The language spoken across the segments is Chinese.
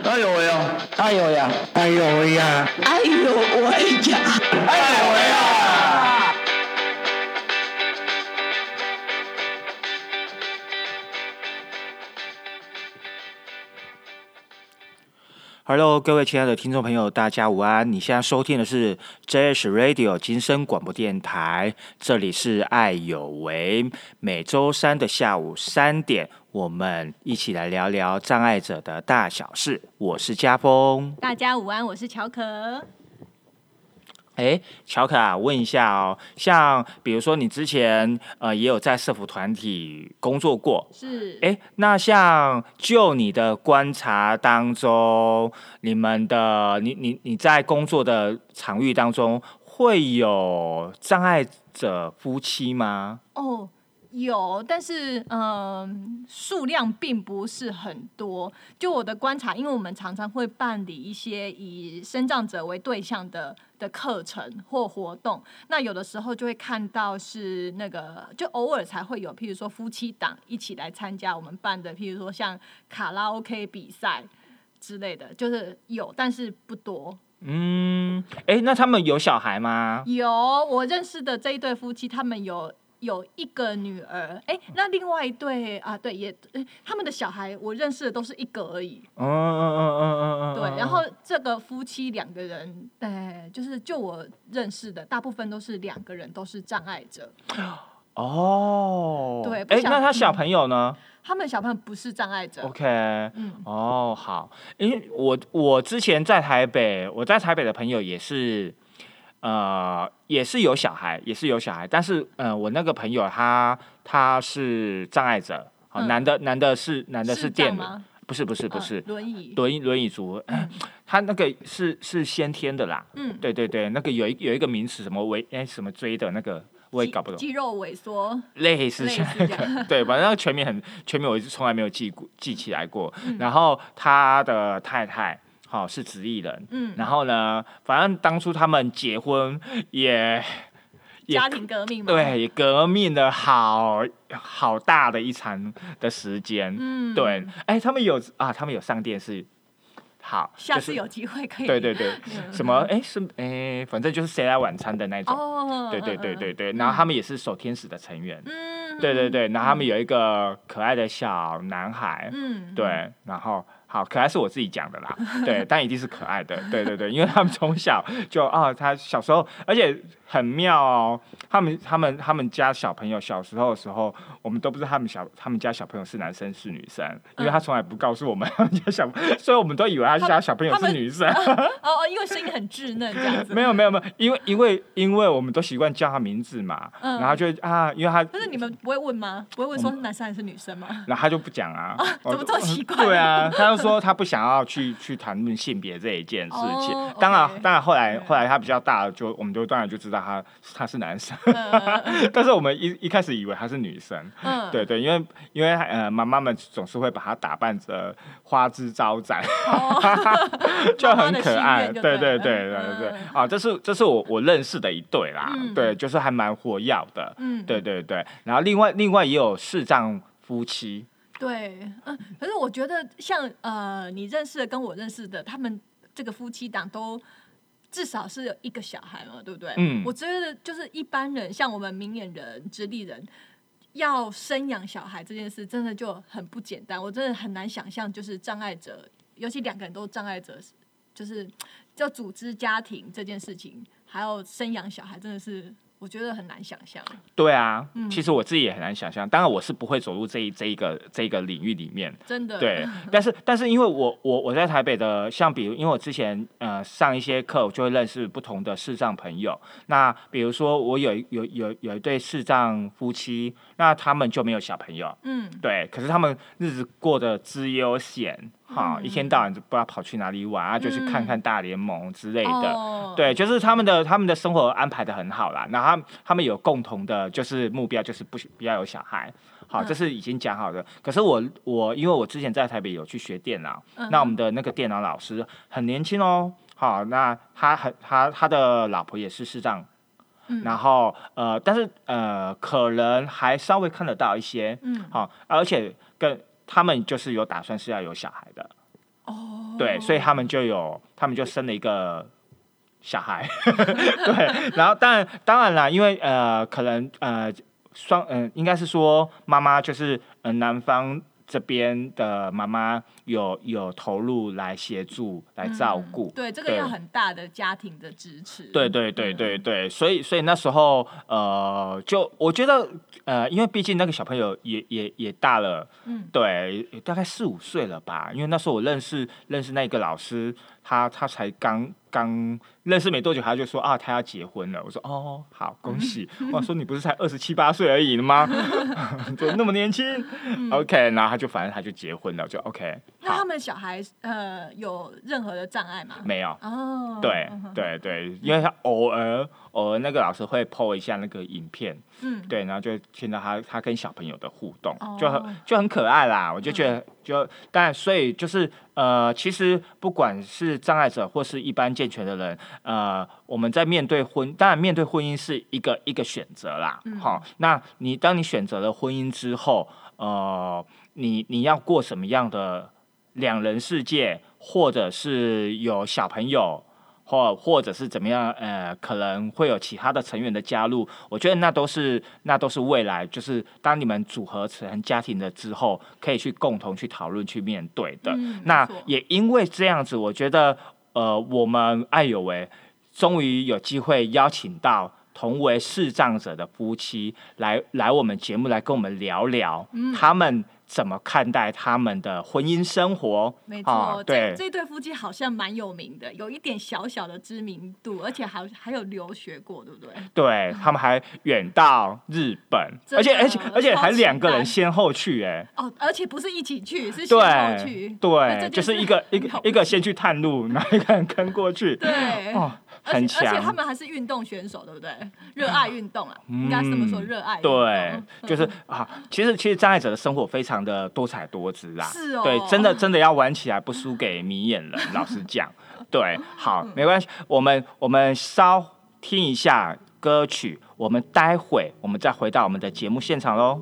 哎呦喂呀！ 哎呦呀！ 哎呦喂呀！ 哎呦喂呀！ 哎呦喂呀 ！Hello， 各位亲爱的听众朋友，大家午安！你现在收听的是 JS Radio 金声广播电台，这里是爱有为，每周三的下午3点，我们一起来聊聊障碍者的大小事。我是家峰， 大家午安，我是乔可。 乔可啊，问一下哦，像比如说你之前也有在社福团体工作过， 是， 那像就你的观察当中，你在工作的场域当中会有障碍者夫妻吗？ 哦，有，但是数量并不是很多。就我的观察，因为我们常常会办理一些以身障者为对象的课程或活动，那有的时候就会看到是那个，就偶尔才会有，譬如说夫妻档一起来参加我们办的，譬如说像卡拉 OK 比赛之类的，就是有，但是不多。 那他们有小孩吗？ 有，我认识的这一对夫妻，他们有一个女儿，那另外一对啊，对，也，他们的小孩我认识的都是一个而已。对，然后这个夫妻2个人，就是就我认识的，大部分都是2个人都是障碍者。 哦， 对， 那他小朋友呢？ 他们小朋友不是障碍者。 OK，好，因为我之前在台北，我在台北的朋友也是有小孩，但是我那个朋友他是障碍者，男的是电轮，不是轮椅族，他那个是先天的啦，对，那个有一个名词什么什么追的那个。我也搞不懂， 肌肉萎缩， 类似这个，对，反正那个全名我从来没有记起来过。然后他的太太是直艺人，然后呢，反正当初他们结婚也家庭革命嘛， 对，也革命了好大的一场的时间，对，他们有上电视。好， 下次有机会可以。 对，什么反正就是谁来晚餐的那种。对，然后他们也是守天使的成员。对，然后他们有一个可爱的小男孩。对，然后好可爱是我自己讲的啦，对，但一定是可爱的。对，因为他们从小就他小时候，而且很妙哦。他们家小朋友小时候的时候，我们都不知道他们家小朋友是男生是女生，因为他从来不告诉我们他们家小朋友，所以我们都以为他家小朋友是女生。 因为声音很稚嫩这样子。 没有，因为我们都习惯叫他名字嘛，然后就因为他。 可是你们不会问吗？不会问说是男生还是女生吗？ 然后他就不讲啊。 怎么这么奇怪？ 对啊，他就说他不想要去谈论性别这一件事情。当然后来他比较大了，我们就当然就知道他是男生。但是我们一开始以为他是女生。对，因为妈妈们总是会把她打扮着花枝招展，就很可爱。对。这是我认识的一对啦。对，就是还蛮活跃的。对，然后另外也有视障夫妻。 对，可是我觉得像你认识的跟我认识的，他们这个夫妻档都至少是有一个小孩嘛，对不对？我觉得就是一般人，像我们明眼人、直立人，要生养小孩这件事，真的就很不简单。我真的很难想象，就是障碍者，尤其2个人都障碍者，就是要组织家庭这件事情，还有生养小孩，真的是。我觉得很难想象。 对啊，其实我自己也很难想象。当然，我是不会走入这一个领域里面。 真的。 对，但是因为我在台北的，像比如，因为我之前上一些课，我就会认识不同的视障朋友。那比如说，我有一对视障夫妻，那他们就没有小朋友。对，可是他们日子过得之悠闲。一天到晚就不知道跑去哪里玩就去看看大联盟之类的。对，就是他们的生活安排得很好啦。然后他们有共同的就是目标，就是不要有小孩。好，这是已经讲好的。可是我因为我之前在台北有去学电脑，那我们的那个电脑老师很年轻哦。好，那他的老婆也是视障。然后但是可能还稍微看得到一些。好，而且他们就是有打算是要有小孩的。 对，所以他们就生了一个小孩，对，然后当然啦，因为可能应该是说妈妈就是男方这边的妈妈有投入来协助来照顾， 对，这个要很大的家庭的支持， 对，所以那时候就我觉得因为毕竟那个小朋友也大了，对，大概4-5岁了吧，因为那时候我认识那个老师，他才刚认识没多久，他就说他要结婚了。我说好，恭喜。我说你不是才27、28岁而已吗？怎么那么年轻？OK， 然后反正他就结婚了，就 OK。 那他们小孩有任何的障碍吗？ 没有。对，因为他偶尔那个老师会 po 一下那个影片，对，然后就听到他跟小朋友的互动，就很可爱啦。我就觉得但所以就是其实不管是障碍者或是一般健全的人，我们在当然面对婚姻是一个选择啦。那当你选择了婚姻之后，你要过什么样的两人世界，或者是有小朋友，或者是怎么样，可能会有其他的成员的加入，我觉得那都是未来，就是当你们组合成家庭了之后，可以去共同去讨论、去面对的。那也因为这样子，我觉得我们爱有为终于有机会邀请到同为视障者的夫妻来我们节目来跟我们聊聊，他们怎么看待他们的婚姻生活？ 没错， 对， 这对夫妻好像蛮有名的，有一点小小的知名度，而且还有留学过，对不对？ 对，他们还远到日本，而且还2个人先后去， 而且不是一起去，是先后去， 对，就是一个先去探路，然后一个人跟过去， 对， 很强， 而且他们还是运动选手，对不对？热爱运动啊，应该是这么说，热爱运动。 对，就是其实障碍者的生活非常的多彩多姿啦。 是哦。 对，真的要玩起来不输给明眼人，老实讲。对，好，没关系，我们稍听一下歌曲，我们待会我们再回到我们的节目现场喽。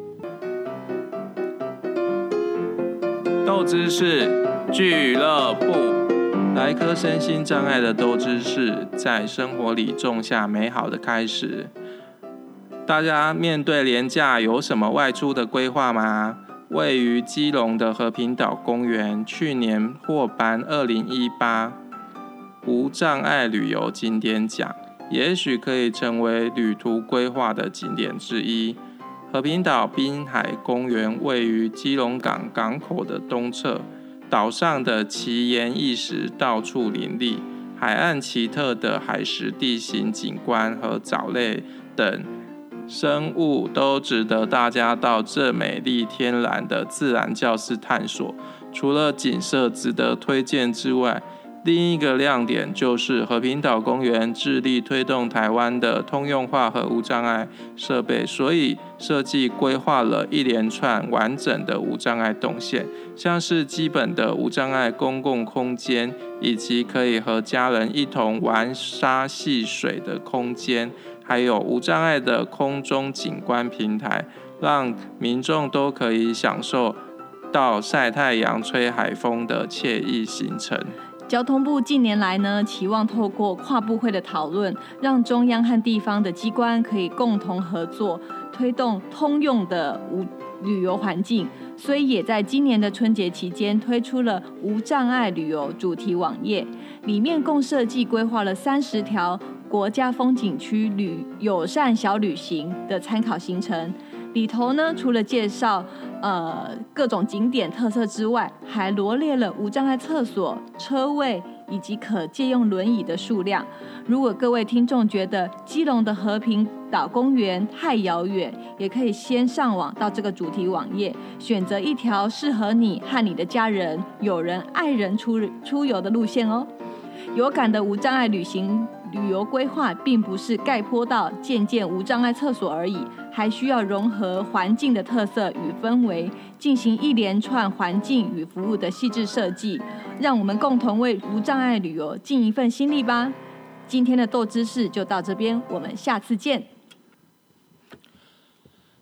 斗知识俱乐部。来颗身心障碍的斗知识，在生活里种下美好的开始。大家面对连假有什么外出的规划吗？位于基隆的和平岛公园去年获颁2018无障碍旅游景点奖，也许可以成为旅途规划的景点之一。和平岛滨海公园位于基隆港港口的东侧，岛上的奇岩异石到处林立，海岸奇特的海蚀地形景观和藻类等生物都值得大家到这美丽天然的自然教室探索。除了景色值得推荐之外，另一个亮点就是和平岛公园致力推动台湾的通用化和无障碍设备，所以设计规划了一连串完整的无障碍动线，像是基本的无障碍公共空间，以及可以和家人一同玩沙戏水的空间，还有无障碍的空中景观平台，让民众都可以享受到晒太阳、吹海风的惬意行程。 交通部近年来呢，期望透过跨部会的讨论，让中央和地方的机关可以共同合作，推动通用的旅游环境，所以也在今年的春节期间推出了无障碍旅游主题网页，里面共设计规划了30条国家风景区友善小旅行的参考行程。里头呢，除了介绍各种景点特色之外，还罗列了无障碍厕所、车位以及可借用轮椅的数量。如果各位听众觉得基隆的和平岛公园太遥远，也可以先上网到这个主题网页，选择一条适合你和你的家人、友人、爱人出游的路线哦。有感的无障碍旅游规划并不是盖坡道建无障碍厕所而已，还需要融合环境的特色与氛围，进行一连串环境与服务的细致设计，让我们共同为无障碍旅游尽一份心力吧。今天的斗知识就到这边，我们下次见。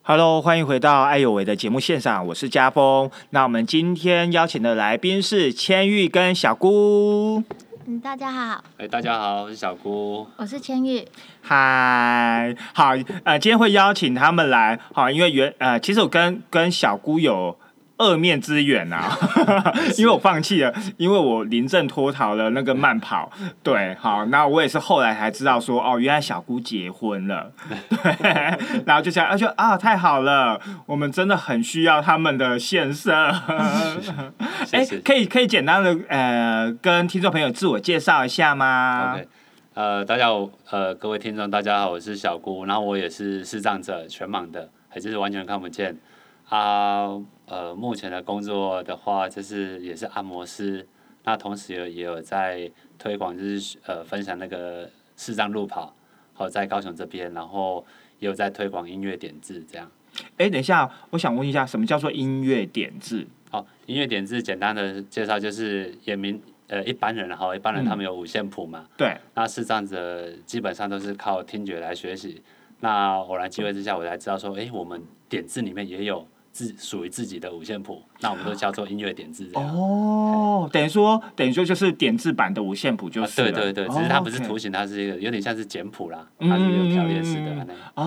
Hello， 欢迎回到爱有为的节目现场，我是家峰。那我们今天邀请的来宾是千玉跟小姑。 大家好。 大家好，我是小姑， 我是千玉。 嗨，好，今天会邀请他们来，好，因为其实我跟小姑有二面之缘啊，因为我放弃了，因为我临阵脱逃了那个慢跑，对，好，那我也是后来才知道说，哦，原来小姑结婚了，对，然后就想，太好了，我们真的很需要他们的献身，可以简单的跟听众朋友自我介绍一下吗 ？OK， 大家好，各位听众大家好，我是小姑，然后我也是视障者，全盲的，也就是完全看不见。目前的工作的话，就是也是按摩师，那同时也有在推广，就是分享那个视障路跑，在高雄这边，然后也有在推广音乐点字这样。 等一下，我想问一下，什么叫做音乐点字？ 音乐点字简单的介绍就是一般人，一般人他们有五线谱嘛， 对， 那视障者基本上都是靠听觉来学习。那偶然机会之下，我才知道说，我们点字里面也有属于自己的五线谱，那我们都叫做音乐点字这样。 哦，等于说就是点字版的五线谱就是了。 对，只是它不是图形，它是一个有点像是简谱啦，它是一个条列式的。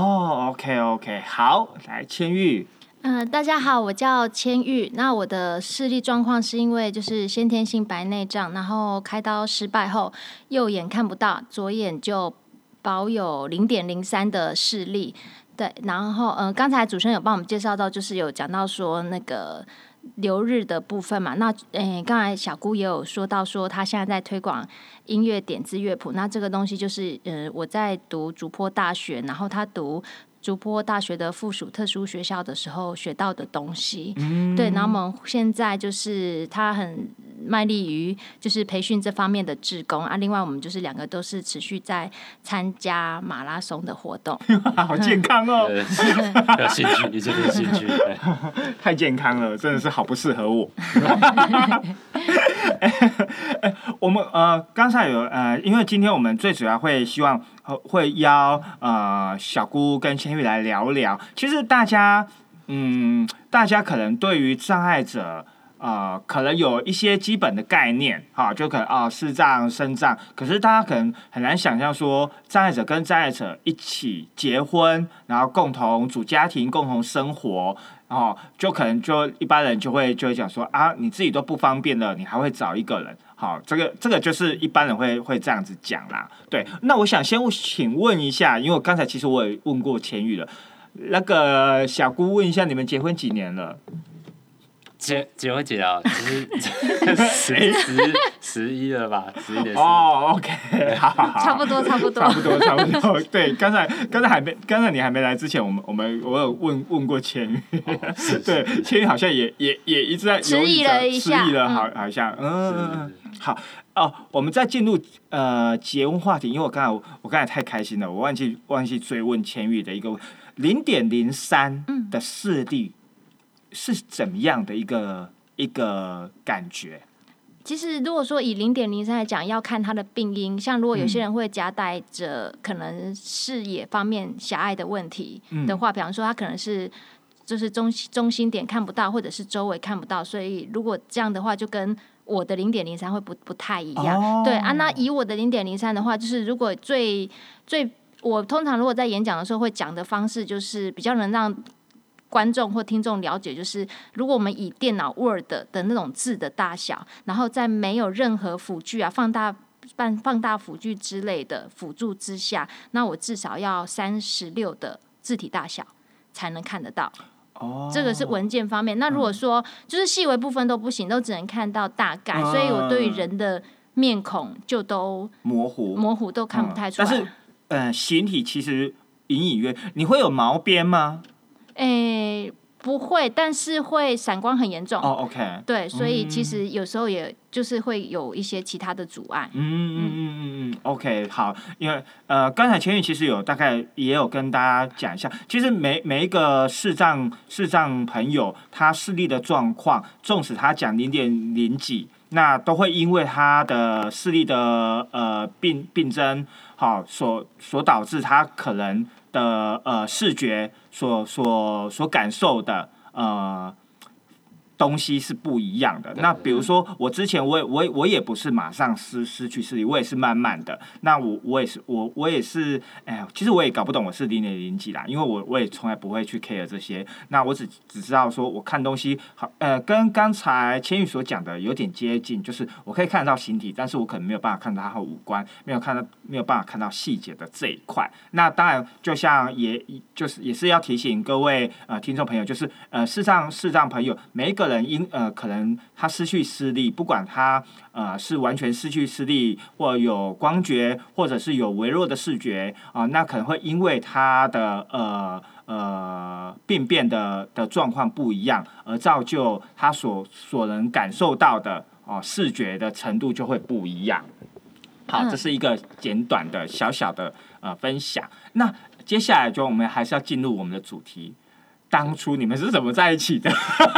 OK， 好，来千玉。 大家好，我叫千玉。那我的视力状况是因为就是先天性白内障，然后开刀失败后，右眼看不到，左眼就保有0.03的视力。对，然后刚才主持人有帮我们介绍到，就是有讲到说那个留日的部分嘛。那刚才小姑也有说到说，她现在在推广音乐点字乐谱。那这个东西就是我在读竹坡大学，然后她读竹坡大学的附属特殊学校的时候学到的东西。对，然后我们现在就是他很卖力于就是培训这方面的志工啊。另外我们就是两个都是持续在参加马拉松的活动。 好健康哦！ 有兴趣，一直有兴趣， 太健康了，真的是好不适合我。我们刚才有因为今天我们最主要会希望会邀小姑跟千玉来聊聊。其实大家可能对于障碍者可能有一些基本的概念，就可能视障、身障，可是大家可能很难想象说障碍者跟障碍者一起结婚，然后共同组家庭、共同生活。就可能就一般人就会讲说你自己都不方便了，你还会找一个人。好，这个就是一般人会这样子讲啦。对，那我想先请问一下，因为刚才其实我也问过千玉了，那个小姑问一下，你们结婚几年了？ 结婚几了？就是11了吧？11的。 OK， 好， 差不多。 对，刚才你还没来之前，我有问过千玉，对，千玉好像也一直在迟疑了一下， 好像好我们再进入结婚话题，因为我刚才太开心了，我忘记追问千玉的一个0.03的视力。是怎么样的一个感觉？ 其实如果说以0.03来讲，要看它的病因。像如果有些人会夹带着可能视野方面狭隘的问题的话，比方说他可能是就是中心点看不到，或者是周围看不到，所以如果这样的话，就跟我的0.03会不太一样。对啊，那以我的0.03的话，就是如果我通常如果在演讲的时候会讲的方式，就是比较能让观众或听众了解，就是如果我们以电脑 Word 的那种字的大小，然后在没有任何辅具放大辅具之类的辅助之下，那我至少要36的字体大小才能看得到。这个是文件方面。那如果说就是细微部分都不行，都只能看到大概，所以我对于人的面孔就都模糊都看不太出来。 但是形体其实隐隐约，你会有毛边吗？ 不会，但是会闪光很严重。 OK。 对，所以其实有时候也就是会有一些其他的阻碍。 OK， 好，因为刚才千玉其实有大概也有跟大家讲一下，其实每一个视障朋友他视力的状况，纵使他讲0.0几，那都会因为他的视力的病症，所导致他可能视觉所感受的东西是不一样的。那比如说，我之前我也不是马上失去视力，我也是慢慢的。那我也是，其实我也搞不懂我是0.0几啦，因为我也从来不会去 care 这些。那我只知道说，我看东西好，跟刚才千玉所讲的有点接近，就是我可以看得到形体，但是我可能没有办法看到它的五官，没有办法看到细节的这一块。那当然，就像也是要提醒各位听众朋友，就是视障朋友每一个人可能他失去视力，不管他是完全失去视力，或有光觉，或者是有微弱的视觉那可能会因为他的病变的状况不一样，而造就他所能感受到的视觉的程度就会不一样。好，这是一个简短的小小的分享。那接下来我们还是要进入我们的主题。当初你们是怎么在一起的？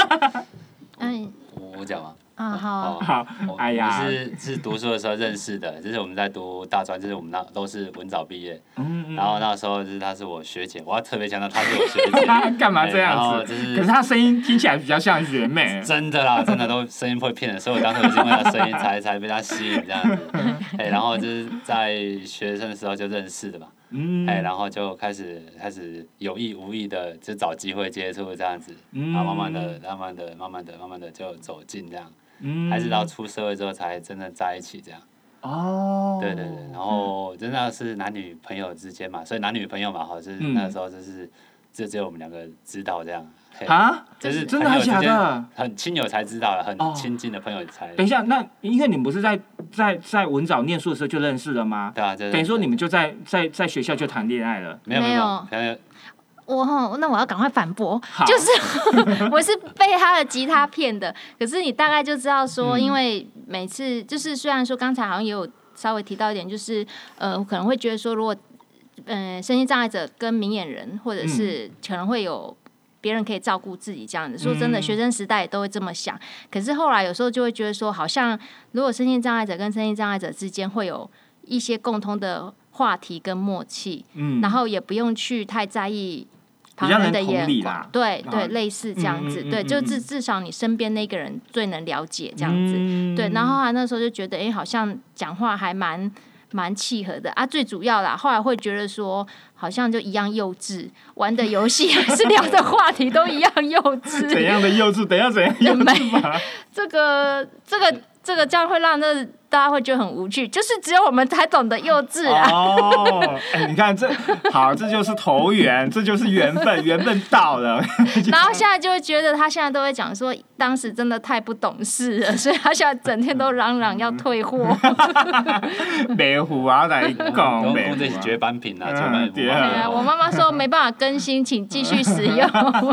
我讲吗？ 好，哎呀， 我们是读书的时候认识的，就是我们在读大专，就是我们都是文藻毕业，然后那时候就是她是我学姐，我要特别强调她是我学姐。 干嘛这样子？可是她声音听起来比较像学妹。 真的啦，真的都声音不会骗人，所以我当时就是因为她声音才被她吸引这样子。然后就是在学生的时候就认识的嘛。然后就开始有意无意的就找机会接触这样子，然后慢慢的就走近这样，还是到出社会之后才真的在一起这样。对，然后真的是男女朋友之间嘛，所以男女朋友嘛，就是那时候就只有我们两个知道这样。就是真的还是假的？ 很亲友才知道，很亲近的朋友才。 等一下，那因为你们不是在文藻念书的时候就认识了吗？ 对啊， 等于说你们就在学校就谈恋爱了？ 没有。 那我要赶快反驳，就是我是被他的吉他骗的。可是你大概就知道说，因为每次就是虽然说刚才好像也有稍微提到一点，就是可能会觉得说，如果身心障碍者跟明眼人，或者是可能会有别人可以照顾自己这样子。说真的，学生时代也都会这么想。可是后来有时候就会觉得说，好像如果身心障碍者跟身心障碍者之间会有一些共通的话题跟默契，然后也不用去太在意旁人的眼光，对，类似这样子，对，就至少你身边那个人最能了解这样子，对。然后那时候就觉得，好像讲话还蛮契合的啊。最主要啦，后来会觉得说，好像就一样幼稚，玩的游戏还是聊的话题都一样幼稚。 怎样的幼稚？等一下怎样幼稚吧？ 这个这样会让大家会觉得很无趣，就是只有我们才懂得幼稚啊。 你看这就是投缘，这就是缘分到了。 然后现在就会觉得他现在都会讲说，当时真的太不懂事了，所以他现在整天都嚷嚷要退货。 没胡啊，来讲， 没胡。这是绝版品啊， 我妈妈说没办法更新，请继续使用。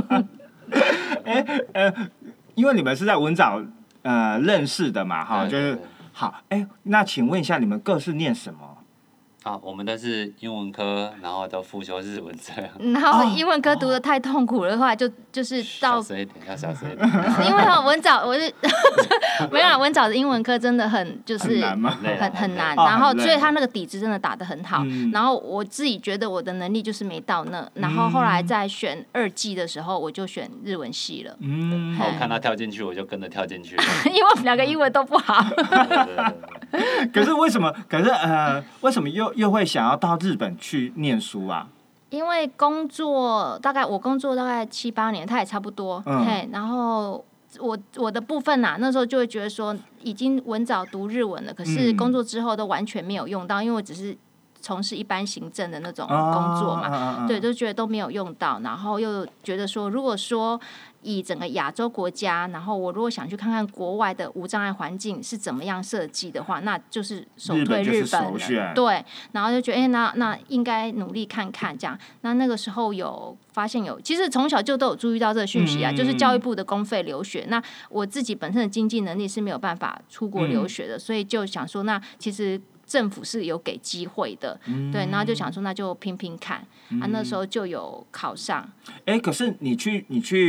因为你们是在文藻认识的嘛，哈，就是好。那请问一下，你们各是念什么？ 我们都是英文科，然后都辅修日文这样。 然后英文科读得太痛苦了，后来就是到小声一点，要小声一点。 因为文藻没有文藻的英文科真的就是很难，然后所以他那个底子真的打得很好。然后我自己觉得我的能力就是没到那，然后后来在选2季的时候，我就选日文系了。 我看他跳进去，我就跟着跳进去了。 因为我们两个英文都不好。 可是为什么又会想要到日本去念书啊？ 因为我工作大概7-8年，他也差不多。然后我的部分那时候就会觉得说，已经文藻读日文了，可是工作之后都完全没有用到，因为我只是从事一般行政的那种工作嘛，对，就觉得都没有用到，然后又觉得说，如果说以整个亚洲国家，然后我如果想去看看国外的无障碍环境是怎么样设计的话，那就是首推日本了。对，然后就觉得那应该努力看看这样。那个时候有发现其实从小就都有注意到这个讯息啊，就是教育部的公费留学。那我自己本身的经济能力是没有办法出国留学的，所以就想说，那其实政府是有给机会的，对，然后就想说那就拼拼看，那时候就有考上。 可是你去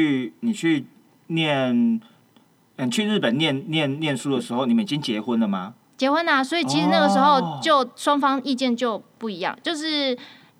日本念书的时候，你们已经结婚了吗？ 结婚啊，所以其实那个时候就双方意见就不一样，就是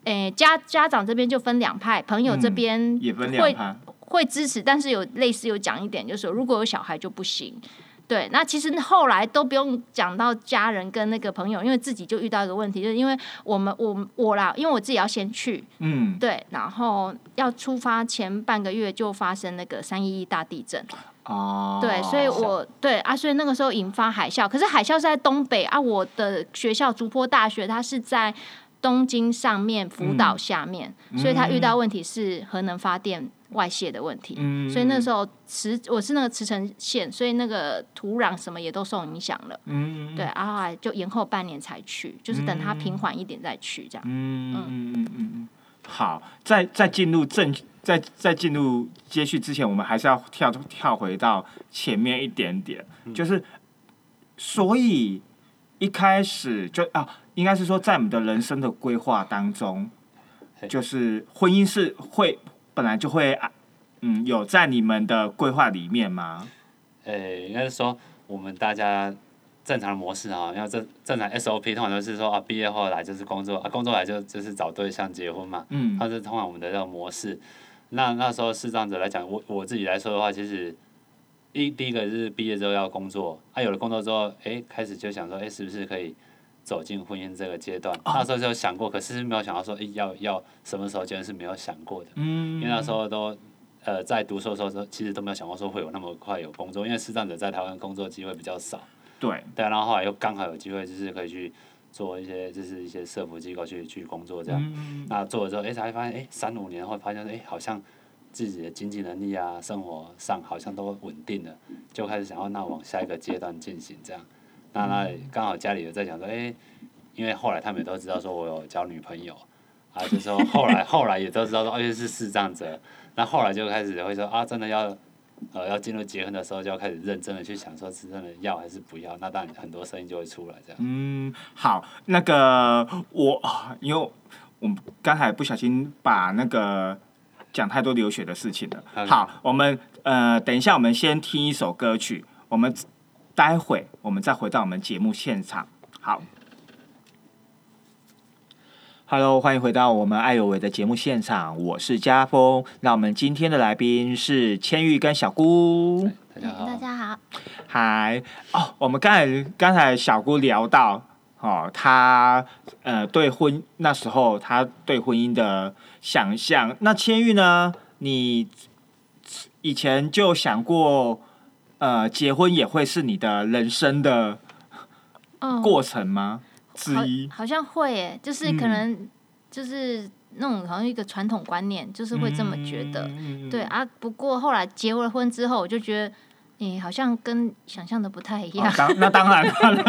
家长这边就分两派，朋友这边也分两派， 会支持，但是有类似有讲一点，就是说如果有小孩就不行。对，那其实后来都不用讲到家人跟那个朋友，因为自己就遇到一个问题，就是因为我啦，因为我自己要先去，对，然后要出发前半个月就发生那个311大地震。对，所以所以那个时候引发海啸，可是海啸是在东北啊，我的学校竹坡大学，它是在东京上面福岛下面，所以它遇到问题是核能发电外泄的问题，所以那时候我是那个茨城县，所以那个土壤什么也都受影响了，对，然后后来就延后半年才去，就是等它平缓一点再去这样。 好，在进入接续之前，我们还是要跳回到前面一点点，就是所以一开始就应该是说在我们的人生的规划当中，就是婚姻是本来就会有在你们的规划里面吗？ 应该是说我们大家正常的模式因为正常 SOP 通常都是说毕业后来就是工作工作来就是找对象结婚嘛，它是通常我们的这种模式。那时候视障者来讲，我自己来说的话，其实第一个是毕业之后要工作，有了工作之后，开始就想说，是不是可以走进婚姻这个阶段？那时候就想过，可是没有想到说，要什么时候结婚是没有想过的。因为那时候都在读书的时候，其实都没有想过说会有那么快有工作，因为视障者在台湾工作机会比较少。对，然后后来又刚好有机会，就是可以去做一些社福机构去工作这样。那做了之后，才发现，3-5年后发现，好像自己的经济能力生活上好像都稳定了，就开始想要往下一个阶段进行这样。那刚好家里有在讲说，因为后来他们也都知道说我有交女朋友，就是说后来也都知道说，是视障者。那后来就开始会说真的要进入结婚的时候，就要开始认真的去想说，是真的要还是不要？那当然很多声音就会出来这样。 好，那个因为我们刚才不小心把那个讲太多留学的事情了。好，我们等一下，我们先听一首歌曲，我们待会我们再回到我们节目现场。好。Hello， 欢迎回到我们爱有为的节目现场，我是家峰。那我们今天的来宾是千玉跟小姑。 大家好。 嗨，我们刚才小姑聊到，她那时候她对婚姻的想象。那千玉呢？你以前就想过，结婚也会是你的人生的过程吗？之一好像会耶，就是可能就是那种好像一个传统观念，就是会这么觉得。对不过后来结了婚之后，我就觉得。好像跟想象的不太一样。 那当然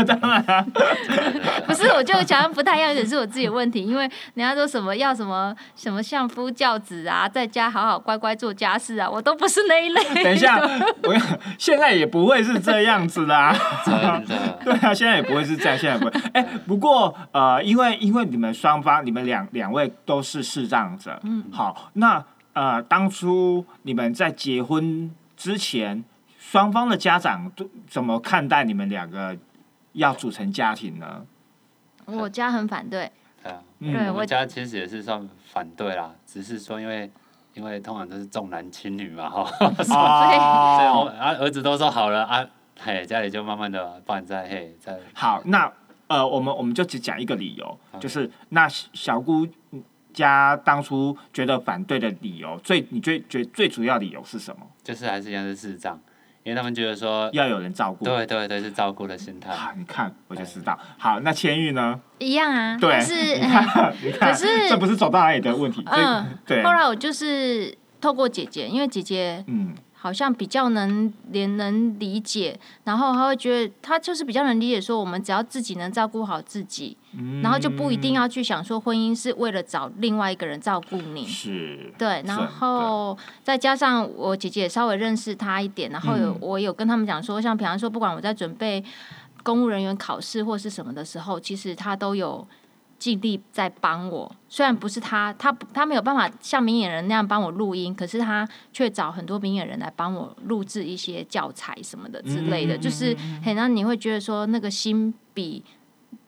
不是，我就想象不太一样，也是我自己的问题。因为人家说什么要什么相夫教子在家好好乖乖做家事我都不是那一类。 等一下，现在也不会是这样子啦。 真的。 对现在也不会是这样，现在不会。不过因为你们双方，你们两位都是视障者。好，那当初你们在结婚之前。双方的家长怎么看待你们两个要组成家庭呢？ 我家很反对。 对，我家其实也是算反对啦，只是说因为通常都是重男轻女嘛，所以儿子都说好了家里就慢慢的办在。 好，那我们就只讲一个理由，就是那小姑家当初觉得反对的理由，你觉得最主要理由是什么？ 就是还是一样是视障。因为他们觉得说要有人照顾， 对，是照顾的心态。 你看，我就知道。好，那千玉呢？ 一样啊。 对，你看， 可是这不是走到哪里的问题。对。 后来我就是透过姐姐，因为姐姐好像比较能理解，然后他会觉得他就是比较能理解，说我们只要自己能照顾好自己，然后就不一定要去想说婚姻是为了找另外一个人照顾你。 是。 对，然后再加上我姐姐也稍微认识他一点，然后我有跟他们讲说，像比方说，不管我在准备公务人员考试或是什么的时候，其实他都有尽力在帮我，虽然不是他没有办法像明眼人那样帮我录音，可是他却找很多明眼人来帮我录制一些教材什么的之类的，就是很让你会觉得说那个心比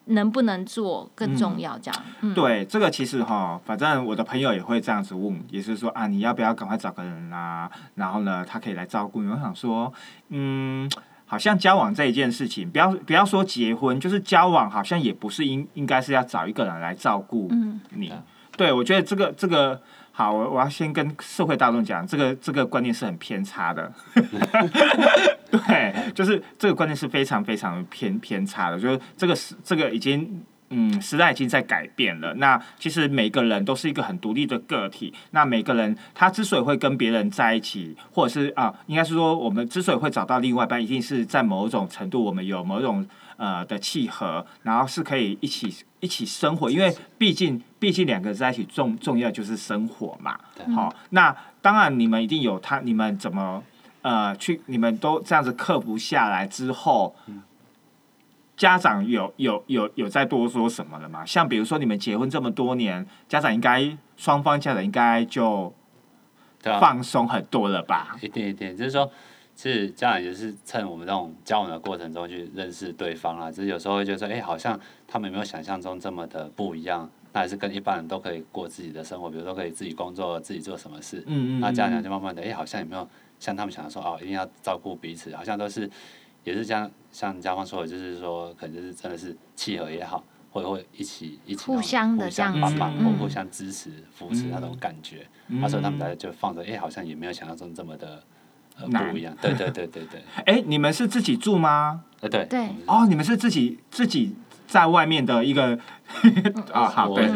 能不能做更重要，这样。 对，这个其实反正我的朋友也会这样子问，也是说啊，你要不要赶快找个人啊？然后呢，他可以来照顾你。我想说，好像交往这一件事情，不要说结婚，就是交往，好像也不是应该是要找一个人来照顾你。对，我觉得这个好，我要先跟社会大众讲，这个观念是很偏差的。对，就是这个观念是非常非常偏差的，就是这个已经。时代已经在改变了。那其实每个人都是一个很独立的个体。那每个人他之所以会跟别人在一起，或者是应该是说我们之所以会找到另外一半，一定是在某种程度我们有某种的契合，然后是可以一起生活。因为毕竟两个人在一起重要就是生活嘛。好，那当然你们一定有你们怎么你们都这样子克服下来之后。家长有再多说什么了吗？像比如说你们结婚这么多年，双方家长应该就放松很多了吧？ 一定，就是说，是家长也是趁我们这种交往的过程中去认识对方啦。只是有时候会觉得说，好像他们没有想象中这么的不一样。那还是跟一般人都可以过自己的生活，比如说可以自己工作，自己做什么事。那家长就慢慢的，好像也没有像他们想的说，一定要照顾彼此，好像都是。也是像家芳说的，就是说，可能就是真的是契合也好，或者会一起互相的这样子， 互相支持扶持那种感觉。那时候他们就放着，好像也没有想象中这么的不一样。对。 你们是自己住吗？ 对。 你们是自己在外面的一个好，对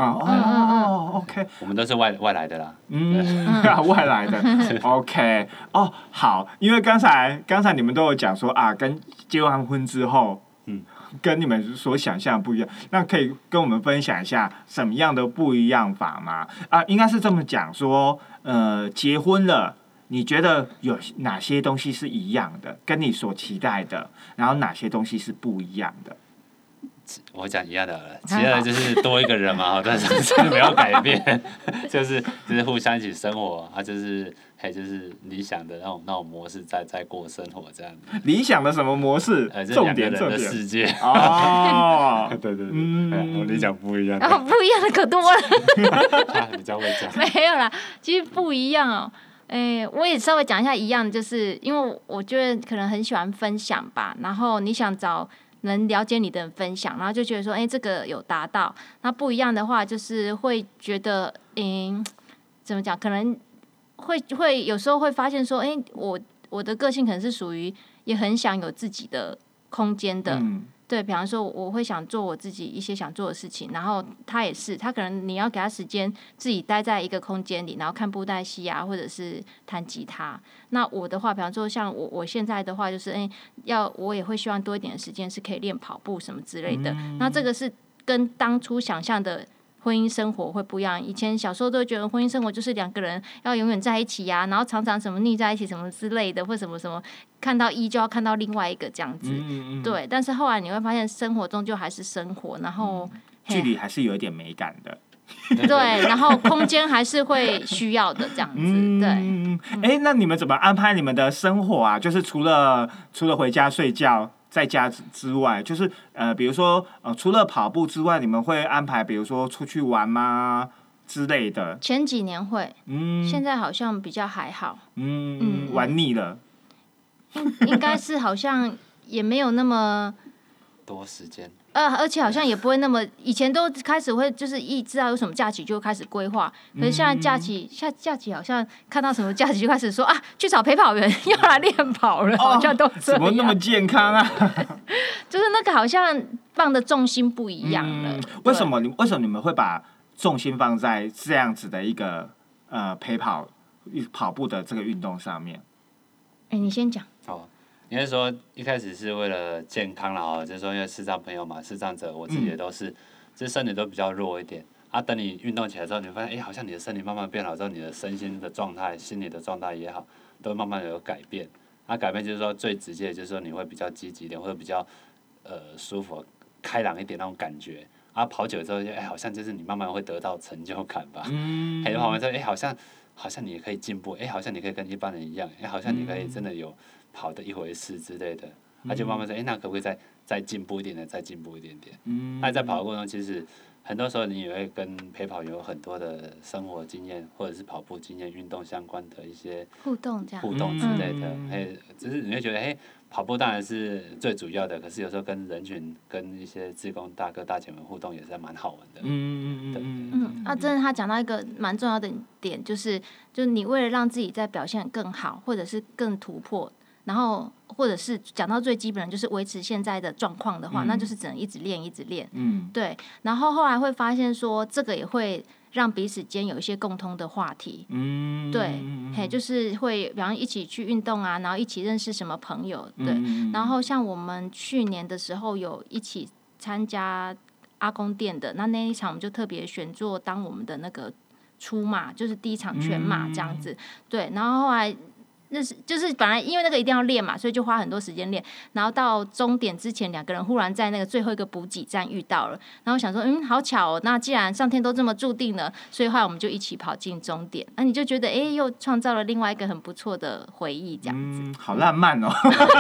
，OK， 我们都是外来的啦， 外来的 ，OK， 好，因为刚才你们都有讲说跟结完婚之后，跟你们所想象不一样，那可以跟我们分享一下什么样的不一样法吗？应该是这么讲说，结婚了。你觉得有哪些东西是一样的，跟你所期待的，然后哪些东西是不一样的？ 我讲一样的了，其他的就是多一个人嘛，但是没有改变，就是互相一起生活就是理想的那种模式在过生活这样子。 理想的什么模式？重点的世界。对，理想不一样。 不一样的可多了。 他比较会讲。 没有啦，其实不一样哦。我也稍微讲一下一样，就是因为我觉得可能很喜欢分享吧，然后你想找能了解你的人分享，然后就觉得说，这个有达到。那不一样的话，就是会觉得，怎么讲？可能会有时候会发现说，我的个性可能是属于也很想有自己的空间的。对，比方说我会想做我自己一些想做的事情，然后他也是，他可能你要给他时间自己待在一个空间里，然后看布袋戏啊，或者是弹吉他。那我的话，比方说像我现在的话，就是我也会希望多一点的时间是可以练跑步什么之类的。那这个是跟当初想象的婚姻生活会不一样。以前小时候都会觉得婚姻生活就是两个人要永远在一起然后常常什么腻在一起什么之类的，或什么什么看到一就要看到另外一个这样子。对，但是后来你会发现生活中就还是生活，然后距离还是有一点美感的。 对，然后空间还是会需要的这样子。对。 那你们怎么安排你们的生活啊？就是除了回家睡觉在家之外，就是比如说除了跑步之外，你们会安排比如说出去玩吗之类的？ 前几年会，现在好像比较还好。 玩腻了。 应该是好像也没有那么多时间。 而且好像也不会那么，以前都开始会就是一知道有什么假期就开始规划，可是现在假期好像看到什么假期就开始说去找陪跑员要来练跑了，好像都这样。 怎么那么健康啊？ 就是那个好像放的重心不一样了。 为什么你们会把重心放在这样子的一个陪跑步的这个运动上面？ 你先讲。 应该说一开始是为了健康啦，就是说因为视障朋友嘛，视障者我自己也都是，就是身体都比较弱一点。等你运动起来之后，你会发现，好像你的身体慢慢变好之后，你的身心的状态、心理的状态也好，都会慢慢的有改变。改变就是说最直接的就是说你会比较积极一点，或者比较舒服、开朗一点那种感觉。跑久了之后，好像就是你慢慢会得到成就感吧。跑完之后，好像你也可以进步，好像你可以跟一般人一样，好像你可以真的有跑的一回事之类的。 他就慢慢说，那可不可以再进步一点点，再进步一点点？那在跑的过程中，其实很多时候你也会跟陪跑有很多的生活经验，或者是跑步经验、运动相关的一些互动之类的。只是你会觉得，跑步当然是最主要的，可是有时候跟人群、跟一些志工大哥大姐们互动也是蛮好玩的。 真的，他讲到一个蛮重要的点，就是你为了让自己在表现更好，或者是更突破。然后，或者是讲到最基本的，就是维持现在的状况的话，那就是只能一直练，一直练。对。然后后来会发现说，这个也会让彼此间有一些共通的话题。对。就是会，比方一起去运动啊，然后一起认识什么朋友。对。然后像我们去年的时候有一起参加阿公店的，那一场我们就特别选做当我们的那个初马，就是第一场全马这样子。对。然后后来。就是本来因为那个一定要练嘛，所以就花很多时间练。然后到终点之前，2个人忽然在那个最后一个补给站遇到了。然后想说，好巧哦。那既然上天都这么注定了，所以后来我们就一起跑进终点。那你就觉得，又创造了另外一个很不错的回忆，这样子。 好浪漫哦。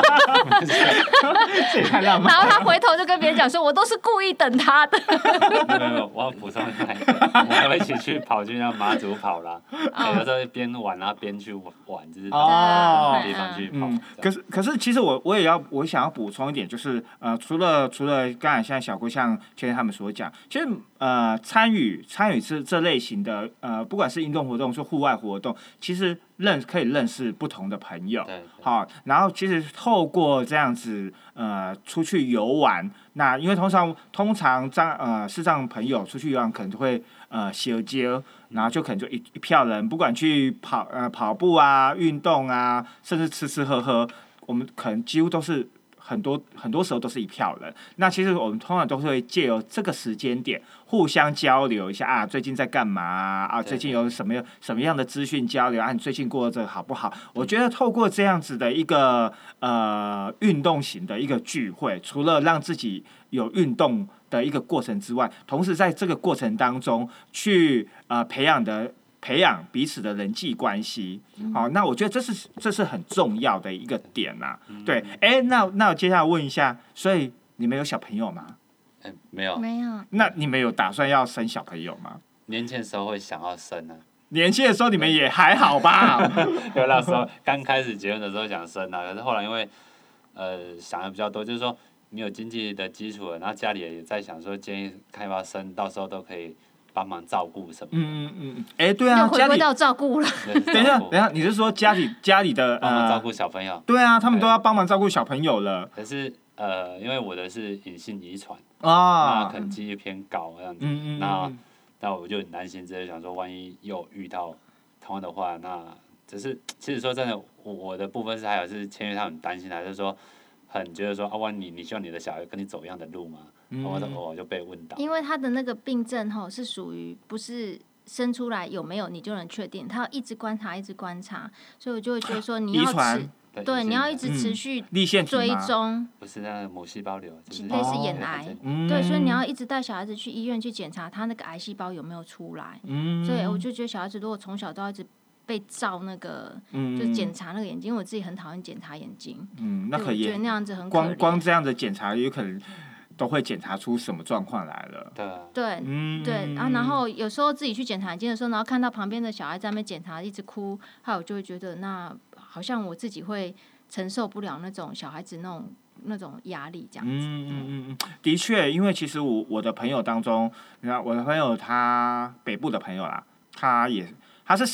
这也太浪漫了。 然后他回头就跟别人讲说，我都是故意等他的。 没有，我要补充一下，我们还会一起跑去那马祖跑啦。有时候边玩然后边去玩，就是。地方去跑。 可是其实我想要补充一点，就是除了刚才像小郭像前面他们所讲，其实参与这类型的不管是运动活动是户外活动，其实可以认识不同的朋友。好，然后其实透过这样子出去游玩，那因为通常视障朋友出去游玩可能就会相交。然后就可能就一票人，不管去跑步啊、运动啊，甚至吃喝喝，我们可能几乎都是很多时候都是一票人。那其实我们通常都会借由这个时间点互相交流一下啊，最近在干嘛啊？最近有什么样的资讯交流啊？你最近过得好不好？我觉得透过这样子的一个运动型的一个聚会，除了让自己有运动的一个过程之外，同时在这个过程当中去培养彼此的人际关系。好，那我觉得这是很重要的一个点啊。对，那我接下来问一下，所以你们有小朋友吗？ 没有。 那你们有打算要生小朋友吗？ 年轻的时候会想要生啊。 年轻的时候你们也还好吧？ 因为那时候刚开始结婚的时候想生啊，可是后来因为想的比较多，就是说你有经济的基础了，然后家里也在想说，建议看要不要生，到时候都可以帮忙照顾什么的。 对啊， 又回归到照顾了。 等一下，你是说家里的帮忙照顾小朋友？ 对啊，他们都要帮忙照顾小朋友了。 可是因为我的是隐性遗传那可能几率偏高这样子。那我就很担心，直接想说，万一又遇到同样的话，那只是其实说真的，我的部分是还有是签约他很担心，还是说很觉得说万一你希望你的小孩跟你走一样的路吗？我就被问到。 因为他的那个病症是属于不是生出来有没有你就能确定，他要一直观察，所以我就会觉得说你要对，你要一直持续追踪， 不是那个母细胞瘤，就是类似眼癌。对，所以你要一直带小孩子去医院去检查他那个癌细胞有没有出来。所以我就觉得小孩子如果从小都要一直被照那个，就检查那个眼睛，因为我自己很讨厌检查眼睛。 那可以， 我觉得那样子很可怜。 光这样的检查有可能都会检查出什么状况来了。 对，然后有时候自己去检查眼睛的时候，然后看到旁边的小孩在那边检查一直哭，还有就会觉得那好像我自己会承受不了那种小孩子那种压力这样子。 的确，因为其实我的朋友当中，我的朋友他北部的朋友啦，他是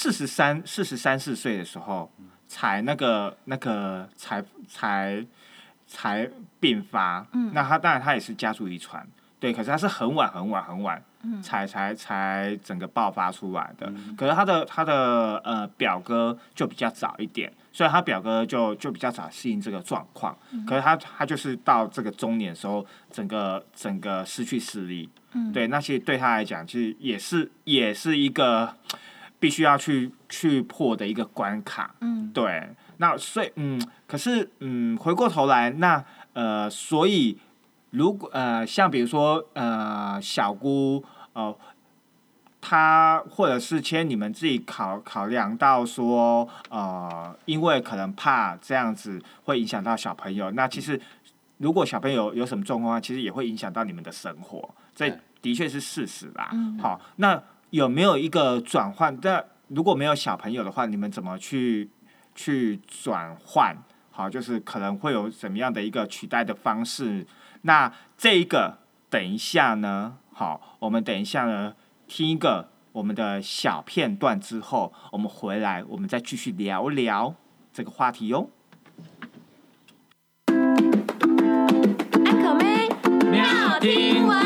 43、4岁的时候才那个才并发。那他当然他也是家族遗传，对，可是他是很晚才整个爆发出来的。可是他的表哥就比较早一点，所以他表哥就比较早适应这个状况。可是他就是到这个中年的时候，整个失去视力。对，那其实对他来讲，其实也是一个必须要去破的一个关卡。对，那所以可是回过头来，那所以如果像比如说小姑他或者是你们自己考量到说因为可能怕这样子会影响到小朋友，那其实如果小朋友有什么状况，其实也会影响到你们的生活，这的确是事实啦。好，那有没有一个转换？但如果没有小朋友的话，你们怎么去转换？好，就是可能会有什么样的一个取代的方式？那这一个等一下呢？好，我们等一下呢听一个我们的小片段之后，我们回来我们再继续聊聊这个话题哟。 安可妹妙听完。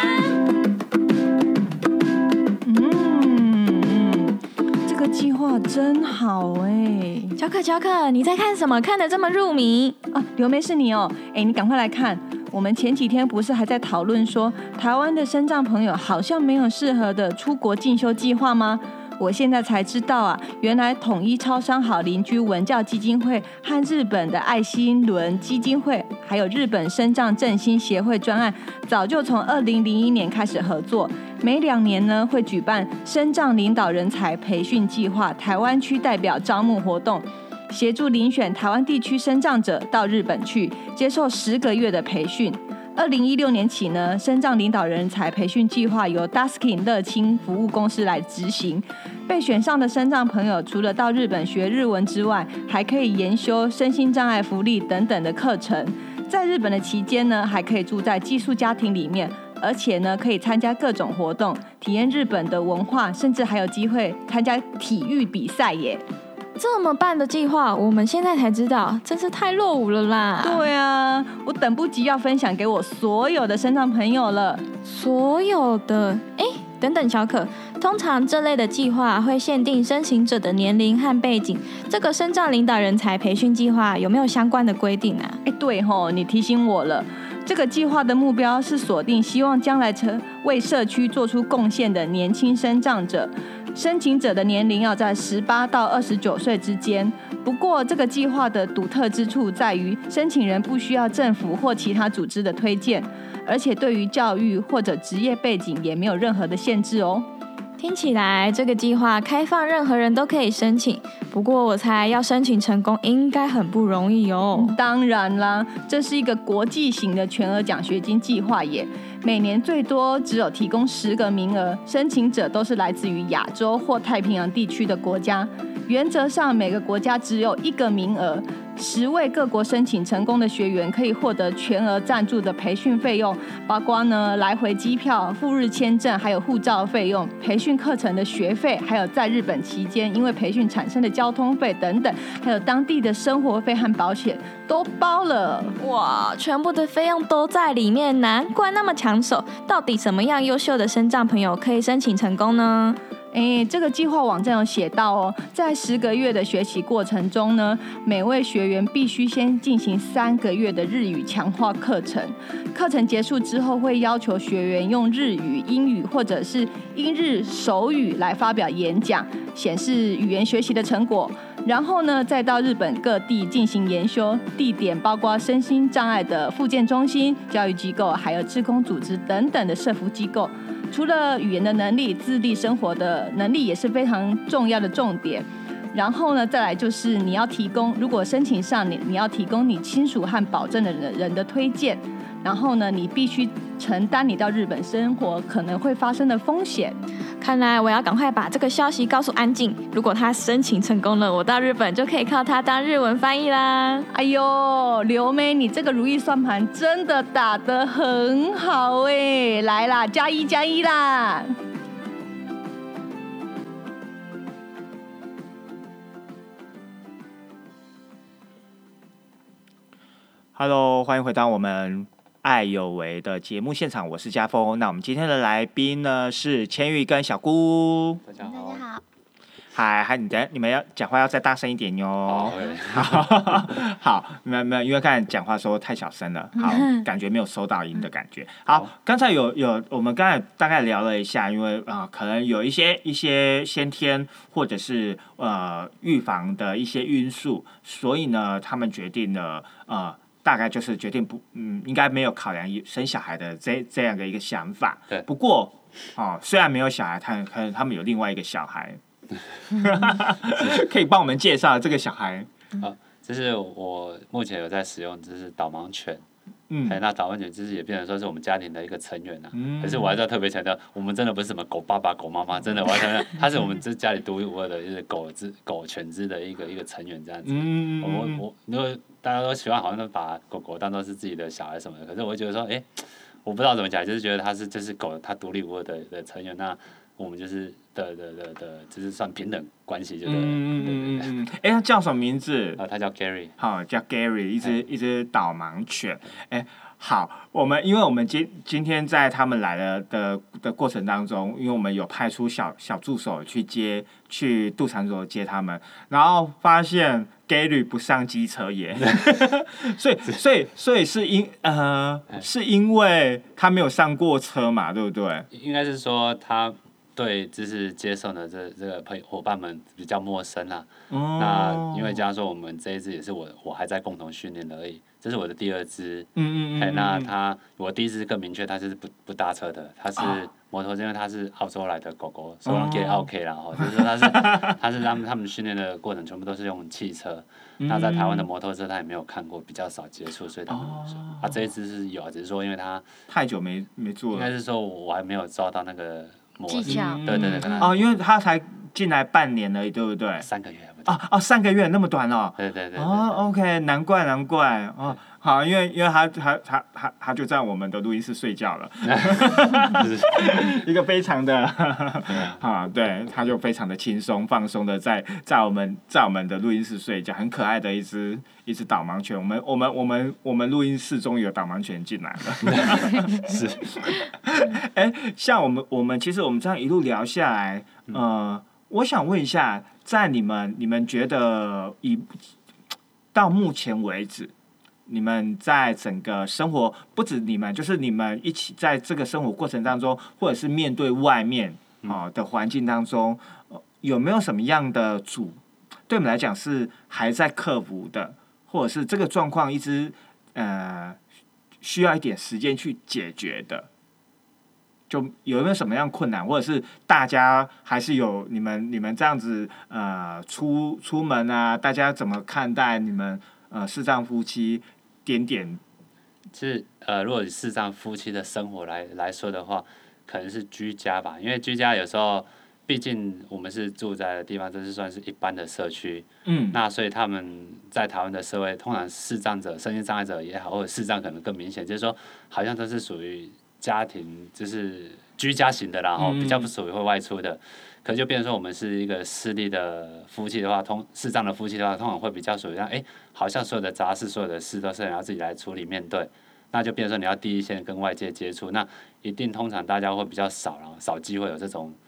这个计划真好哎！ 乔克，你在看什么？看得这么入迷啊？刘梅是你哦，你赶快来看。我们前几天不是还在讨论说，台湾的身障朋友好像没有适合的出国进修计划吗？我现在才知道啊，原来统一超商好邻居文教基金会和日本的爱心轮基金会，还有日本身障振兴协会专案，早就从2001年开始合作，每2年呢会举办身障领导人才培训计划台湾区代表招募活动，协助遴选台湾地区身障者到日本去接受10个月的培训。2016年起呢，身障领导人才培训计划由 Daskin 乐清服务公司来执行。被选上的身障朋友，除了到日本学日文之外，还可以研修身心障碍福利等等的课程。在日本的期间呢，还可以住在寄宿家庭里面，而且呢，可以参加各种活动，体验日本的文化，甚至还有机会参加体育比赛耶。 这么棒的计划，我们现在才知道，真是太落伍了啦！ 对啊，我等不及要分享给我所有的身障朋友了。 所有的？等等，小可，通常这类的计划会限定申请者的年龄和背景，这个身障领导人才培训计划有没有相关的规定啊？ 对吼，你提醒我了。这个计划的目标是锁定希望将来为社区做出贡献的年轻身障者。申请者的年龄要在18到29岁之间。不过，这个计划的独特之处在于，申请人不需要政府或其他组织的推荐，而且对于教育或者职业背景也没有任何的限制哦。 听起来这个计划开放任何人都可以申请，不过我猜要申请成功应该很不容易哦。 当然啦，这是一个国际型的全额奖学金计划耶，每年最多只有提供10个名额，申请者都是来自于亚洲或太平洋地区的国家。原则上每个国家只有1个名额，10位各国申请成功的学员可以获得全额赞助的培训费用，包括呢来回机票、赴日签证，还有护照费用、培训课程的学费，还有在日本期间因为培训产生的交通费等等，还有当地的生活费和保险都包了。 哇，全部的费用都在里面，难怪那么抢手。到底什么样优秀的身障朋友可以申请成功呢？ 这个计划网站有写到哦，在10个月的学习过程中呢，每位学员必须先进行3个月的日语强化课程。课程结束之后，会要求学员用日语、英语或者是英日手语来发表演讲，显示语言学习的成果。然后呢，再到日本各地进行研修，地点包括身心障碍的复健中心、教育机构，还有志工组织等等的社福机构。除了语言的能力，自立生活的能力也是非常重要的重点。然后呢，再来就是你要提供，如果申请上你要提供你亲属和保证的人的推荐。然后呢，你必须承担你到日本生活可能会发生的风险。 看来我要赶快把这个消息告诉安静，如果他申请成功了，我到日本就可以靠他当日文翻译啦。 哎呦，刘妹，你这个如意算盘真的打得很好哎！来啦，加一啦！ Hello， 欢迎回到我们爱有为的节目现场，我是家峰。那我们今天的来宾呢是千玉跟小姑。 大家好。 嗨，你们要讲话要再大声一点哟。好，没有，因为刚才讲话的时候太小声了，好，感觉没有收到音的感觉。好，刚才有，我们刚才大概聊了一下，因为可能有一些先天或者是预防的一些因素，所以呢，他们决定了大概就是决定应该没有考量生小孩的这样的一个想法。 对。 不过虽然没有小孩，他们有另外一个小孩。可以帮我们介绍这个小孩？ 这是我目前有在使用，这是导盲犬。 那导盲犬就是也变成说是我们家庭的一个成员可是我还是要特别强调，我们真的不是什么狗爸爸、狗妈妈，真的我要强调，它是我们这家里独一无二的，就是狗犬只的一个成员这样子。我因为大家都喜欢好像都把狗当做是自己的小孩什么的，可是我会觉得说，我不知道怎么讲，就是觉得它就是狗，它独立无二的成员，那我们就是就是算平等关系，就对了。 他叫什么名字？ 他叫 Gary。 好，叫 Gary， 一只导盲犬。好，因为我们今天在他们来了的过程当中，因为我们有派出小助手去杜场所接他们，然后发现 Gary 不上机车耶，所以是因为他没有上过车嘛，对不对？ 应该是说他对就是接受的这个伙伴们比较陌生啦。那因为加上说我们这一支也是我还在共同训练而已。这是我的第二支，那我第一支更明确，它就是不搭车的，它是摩托车，因为它是澳洲来的狗狗，所以给 OK 啦，就是说它是他们训练的过程全部都是用汽车，那在台湾的摩托车他也没有看过，比较少接触，所以他们这一支是有，只是说因为他太久没做了， 应该是说我还没有抓到那个技巧， 对， 因为他才进来半年而已，对不对 ？3个月。 3个月那么短哦。 对。 OK， 难怪好，因为他就在我们的录音室睡觉了，一个非常的对，他就非常的轻松放松的在我们的录音室睡觉，很可爱的一只导盲犬。我们录音室终于有导盲犬进来了。 是。 像我们其实我们这样一路聊下来，我想问一下，在你们觉得到目前为止，你们在整个生活，不止你们，就是你们一起在这个生活过程当中，或者是面对外面的环境当中，有没有什么样的对我们来讲是还在克服的，或者是这个状况一直需要一点时间去解决的？就有没有什么样困难，或者是大家还是有你们这样子出门啊？大家怎么看待你们视障夫妻？ 是如果视障夫妻的生活来说的话，可能是居家吧，因为居家有时候，毕竟我们是住在的地方，这是算是一般的社区。那所以他们在台湾的社会，通常视障者、身心障碍者也好，或者视障可能更明显，就是说好像都是属于家庭就是居家型的，然后比较不属于会外出的。可就变成说我们是一个视力的夫妻的话，视障的夫妻的话，通常会比较属于好像所有的杂事、所有的事都是你要自己来处理面对。那就变成说你要第一线跟外界接触，那一定通常大家会比较少，然后少机会有这种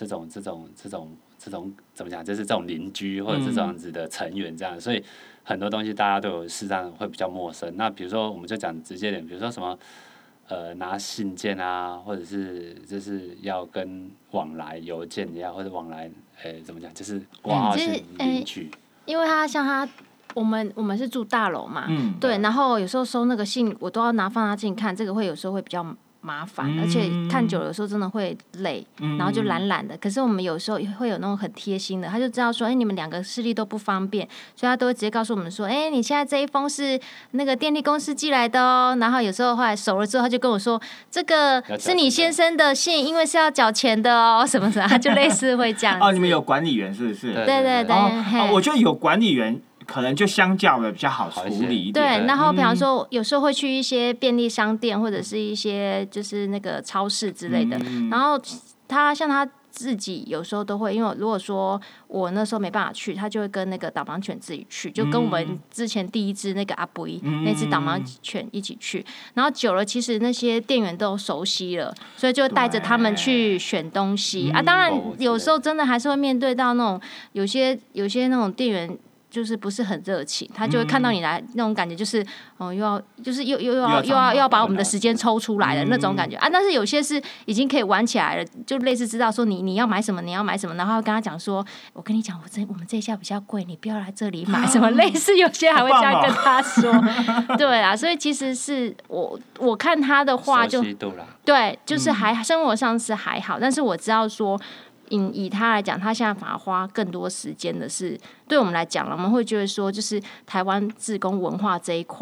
怎么讲，就是这种邻居或者是这样子的成员这样，所以很多东西大家都有视障会比较陌生。那比如说我们就讲直接点，比如说什么拿信件啊，或者是就是要跟往来邮件一样，或者往来怎么讲，就是挂号信领取。 因为我们是住大楼嘛，对，然后有时候收那个信，我都要拿放大镜看，这个有时候会比较麻烦，而且看久了有时候真的会累，然后就懒懒的。可是我们有时候会有那种很贴心的，他就知道说，你们2个视力都不方便，所以他都会直接告诉我们说，你现在这一封是那个电力公司寄来的哦。然后有时候后来熟了之后，他就跟我说，这个是你先生的信，因为是要缴钱的哦，什么什么，他就类似会这样子。 你们有管理员是不是？ 对。 我觉得有管理员可能就相较的比较好处理一点。 对，然后比方说有时候会去一些便利商店或者是一些就是那个超市之类的，然后他自己有时候都会，因为如果说我那时候没办法去，他就会跟那个导盲犬自己去，就跟我们之前第一只那个阿布伊那只导盲犬一起去，然后久了其实那些店员都熟悉了，所以就带着他们去选东西啊。当然有时候真的还是会面对到那种有些那种店员就是不是很热情，他就会看到你来那种感觉，就是又要把我们的时间抽出来的那种感觉啊。但是有些是已经可以玩起来了，就类似知道说你要买什么，然后跟他讲说，我跟你讲，我们这一下比较贵，你不要来这里买什么，类似有些还会这样跟他说，对啊。所以其实是我看他的话就对，就是生活上是还好，但是我知道说。以他来讲，他现在反而花更多时间的是，对我们来讲，我们会觉得说，就是台湾志工文化这一块，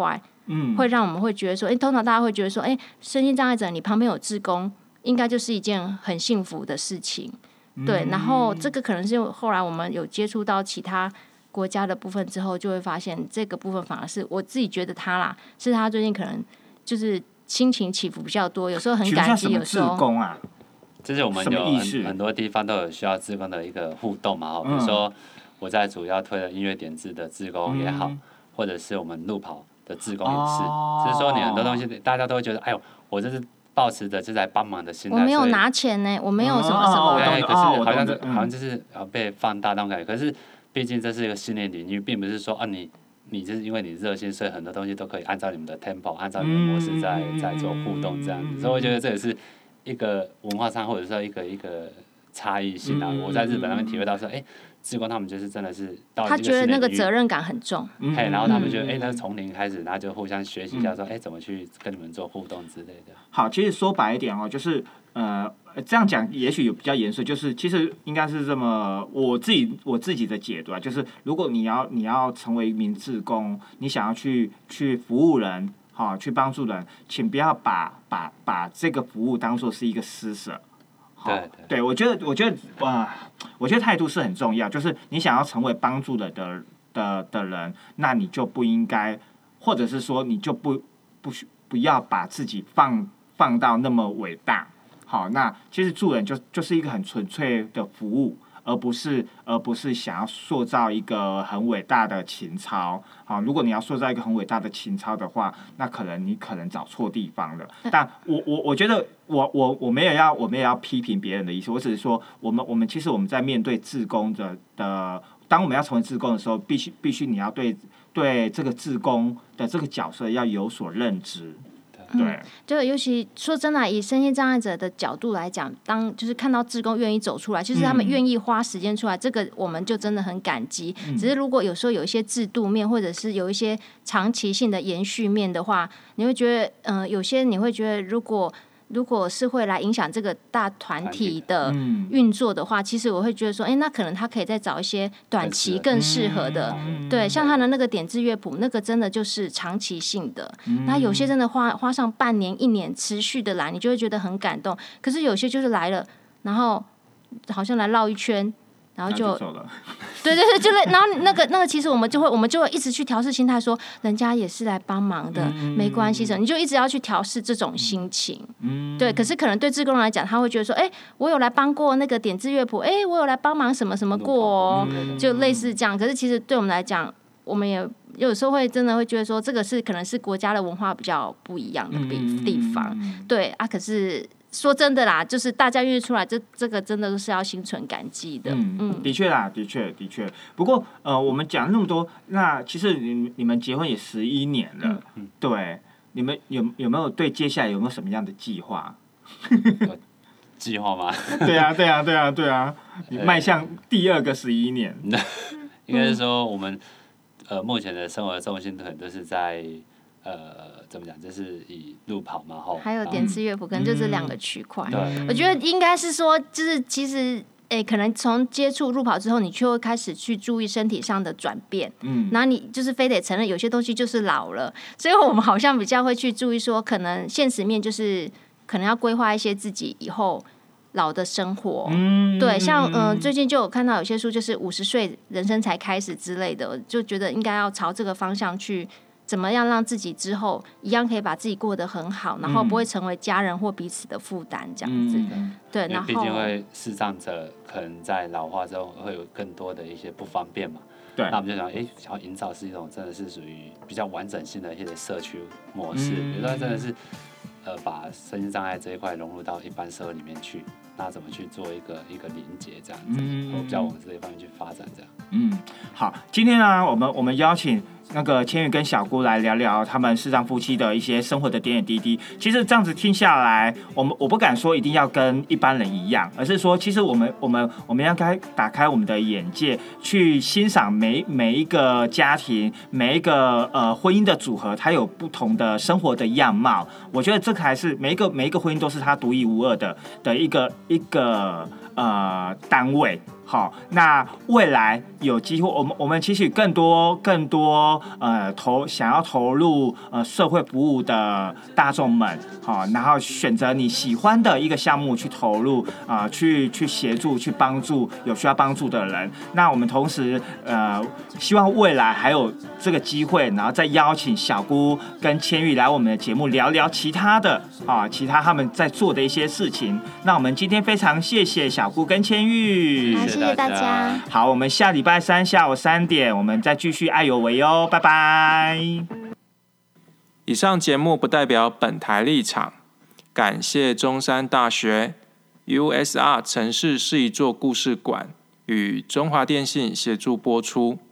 会让我们会觉得说，通常大家会觉得说，身心障碍者你旁边有志工，应该就是一件很幸福的事情。对，然后这个可能是后来我们有接触到其他国家的部分之后，就会发现这个部分反而是我自己觉得是他最近可能就是心情起伏比较多，有时候很感激，有时候志工啊， 就是我们有很多地方都有需要志工的一个互动嘛，比如说我在主要推的音乐点字的志工也好，或者是我们路跑的志工也是，就是说你很多东西大家都会觉得，哎呦，我这是抱持着就在帮忙的心态， 我没有拿钱呢，我没有什么什么， 对，可是好像就是被放大那种感觉。可是毕竟这是一个训练领域，并不是说你就是因为你热心，所以很多东西都可以按照你们的 tempo， 按照你们的模式在做互动这样子。所以我觉得这也是一个文化上或者说一个差异性啊。我在日本那边体会到说，志工他们就是真的是到他觉得那个责任感很重， 然后他们觉得那从零开始，然后就互相学习一下说，怎么去跟你们做互动之类的。 好，其实说白一点就是这样讲也许有比较严肃，就是其实应该是这么我自己的解读啊，就是如果你要成为一名志工，你想要去服务人，去帮助人，请不要把这个服务当作是一个施舍。对，我觉得态度是很重要，就是你想要成为帮助了的人，那你就不应该，或者是说你就不要把自己放到那么伟大。好，那其实助人就是一个很纯粹的服务，而不是想要塑造一个很伟大的情操。好，如果你要塑造一个很伟大的情操的话，那你可能找错地方了。但我觉得我没有要批评别人的意思，我只是说我们其实我们在面对志工的当我们要成为志工的时候，必须你要对这个志工的这个角色要有所认知。对， 就尤其说真的，以身心障碍者的角度来讲，就是看到志工愿意走出来，就是他们愿意花时间出来，这个我们就真的很感激。只是如果有时候有一些制度面，或者是有一些长期性的延续面的话，你会觉得，有些你会觉得，如果是会来影响这个大团体的运作的话，其实我会觉得说，那可能他可以再找一些短期更适合的，对，像他的那个点字乐谱，那个真的就是长期性的。那有些真的花上半年、1年持续的来，你就会觉得很感动。可是有些就是来了，然后好像来绕一圈。然后就走了， 对，然后那个，其实我们就会一直去调试心态，说人家也是来帮忙的，没关系的，你就一直要去调试这种心情，对。可是可能对志工人来讲，他会觉得说，我有来帮过那个点字乐谱，我有来帮忙什么什么过哦，就类似这样。可是其实对我们来讲，我们也有时候会真的会觉得说，这个可能是国家的文化比较不一样的地方，对啊。可是说真的啦，就是大家愿意出来，这个真的都是要心存感激的。 的确啦，的确。不过我们讲那么多，那其实你们结婚也11年了，对，你们有没有对接下来有没有什么样的计划？ 计划吗？ 对啊，你迈向第2个11年。 应该是说我们目前的生活的重心可能都是在怎么讲，就是以路跑嘛， 还有点字乐谱，可能就这2个区块。我觉得应该是说，就是其实可能从接触路跑之后，你就会开始去注意身体上的转变。然后你就是非得承认有些东西就是老了，所以我们好像比较会去注意说，可能现实面就是可能要规划一些自己以后老的生活。对，像最近就有看到有些书，就是50岁人生才开始之类的，就觉得应该要朝这个方向去。怎么样让自己之后一样可以把自己过得很好，然后不会成为家人或彼此的负担，这样子。对，然后毕竟会视障者可能在老化之后会有更多的一些不方便嘛。 对， 那我们就想，想要营造是一种真的是属于比较完整性的一些社区模式，比如说真的是把身心障碍这一块融入到一般社会里面去，那怎么去做一个连结这样子，我比较往这一方面去发展这样。 好，今天呢，我们邀请那个千羽跟小姑来聊聊他们视障夫妻的一些生活的点点滴滴。其实这样子听下来，我不敢说一定要跟一般人一样，而是说，其实我们应该打开我们的眼界，去欣赏每一个家庭，每一个婚姻的组合，它有不同的生活的样貌。我觉得这个还是每一个婚姻都是它独一无二的一个单位。 好，那未来有机会，我们期许更多想要投入社会服务的大众们，好，然后选择你喜欢的一个项目去投入去协助去帮助有需要帮助的人。那我们同时希望未来还有这个机会，然后再邀请小姑跟千玉来我们的节目聊聊其他他们在做的一些事情。那我们今天非常谢谢小姑跟千玉， 谢谢大家。 好，我们下礼拜三下午3点，我们再继续爱有为哦，拜拜。 以上节目不代表本台立场，感谢中山大学 USR 城市是一座故事馆与中华电信协助播出。